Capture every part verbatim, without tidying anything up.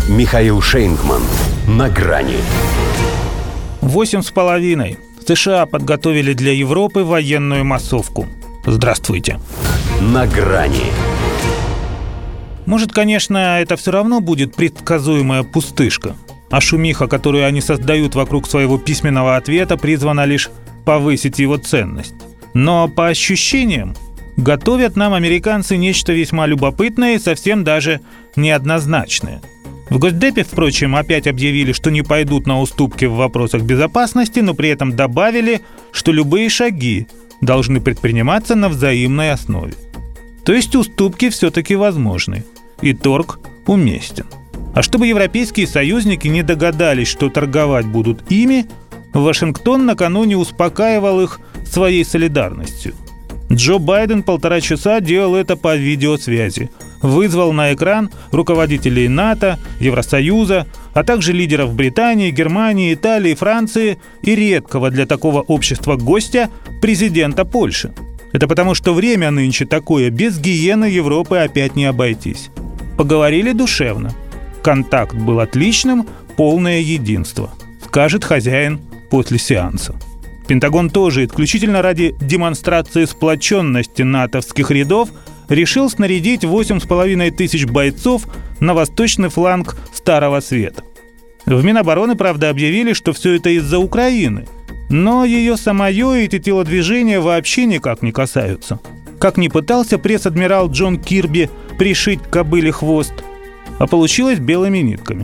Михаил Шейнгман. На грани. Восемь с половиной. США подготовили для Европы военную массовку. Здравствуйте. На грани. Может, конечно, это все равно будет предсказуемая пустышка, а шумиха, которую они создают вокруг своего письменного ответа, призвана лишь повысить его ценность. Но по ощущениям, готовят нам американцы нечто весьма любопытное и совсем даже неоднозначное. В Госдепе, впрочем, опять объявили, что не пойдут на уступки в вопросах безопасности, но при этом добавили, что любые шаги должны предприниматься на взаимной основе. То есть уступки все-таки возможны, и торг уместен. А чтобы европейские союзники не догадались, что торговать будут ими, Вашингтон накануне успокаивал их своей солидарностью. Джо Байден полтора часа делал это по видеосвязи. Вызвал на экран руководителей НАТО, Евросоюза, а также лидеров Британии, Германии, Италии, Франции и редкого для такого общества гостя президента Польши. Это потому, что время нынче такое, без гиены Европы опять не обойтись. Поговорили душевно. Контакт был отличным, полное единство, скажет хозяин после сеанса. Пентагон тоже исключительно ради демонстрации сплоченности натовских рядов решил снарядить восемь с половиной тысяч бойцов на восточный фланг Старого Света. В Минобороны, правда, объявили, что все это из-за Украины, но ее самое эти телодвижения вообще никак не касаются. Как ни пытался пресс-адмирал Джон Кирби пришить к кобыле хвост, а получилось белыми нитками.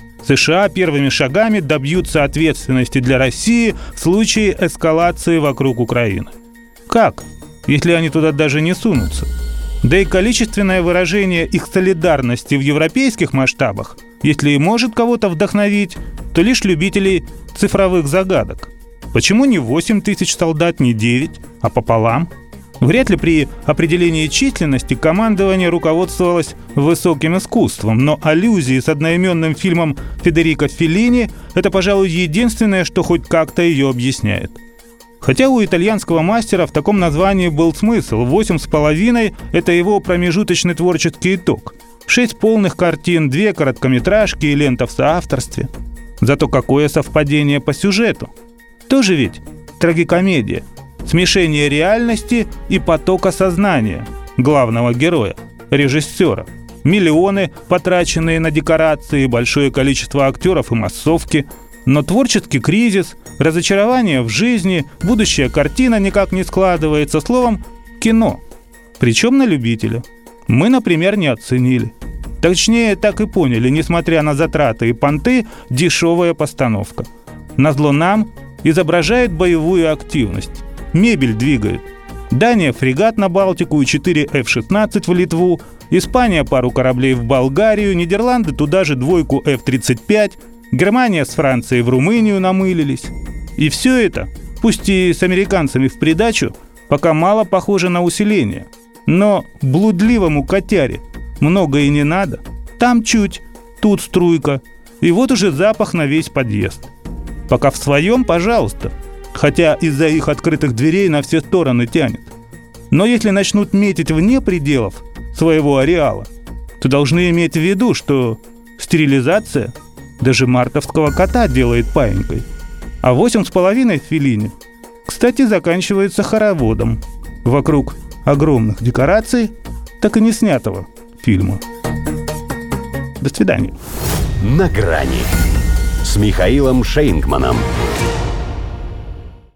США первыми шагами добьются ответственности для России в случае эскалации вокруг Украины. Как, если они туда даже не сунутся? Да и количественное выражение их солидарности в европейских масштабах, если и может кого-то вдохновить, то лишь любителей цифровых загадок. Почему не восемь тысяч солдат, не девять, а пополам? Вряд ли при определении численности командование руководствовалось высоким искусством, но аллюзии с одноименным фильмом Федерико Феллини – это, пожалуй, единственное, что хоть как-то ее объясняет. Хотя у итальянского мастера в таком названии был смысл. Восемь с половиной – это его промежуточный творческий итог. Шесть полных картин, две короткометражки и лента в соавторстве. Зато какое совпадение по сюжету. Тоже ведь трагикомедия. Смешение реальности и потока сознания главного героя, режиссера. Миллионы, потраченные на декорации, большое количество актеров и массовки. Но творческий кризис, разочарование в жизни, будущая картина никак не складывается. Словом, кино. Причем на любителя. Мы, например, не оценили. Точнее, так и поняли, несмотря на затраты и понты, дешевая постановка. Назло нам изображает боевую активность. Мебель двигает. Дания фрегат на Балтику и четыре эф шестнадцать в Литву, Испания пару кораблей в Болгарию, Нидерланды туда же двойку эф тридцать пять, Германия с Францией в Румынию намылились. И все это, пусть и с американцами в придачу, пока мало похоже на усиление. Но блудливому котяре много и не надо. Там чуть, тут струйка, и вот уже запах на весь подъезд. Пока в своем, пожалуйста. Хотя из-за их открытых дверей на все стороны тянет. Но если начнут метить вне пределов своего ареала, то должны иметь в виду, что стерилизация даже мартовского кота делает паинькой. А восемь с половиной в Феллини, кстати, заканчивается хороводом вокруг огромных декораций так и не снятого фильма. До свидания. На грани с Михаилом Шейнгманом.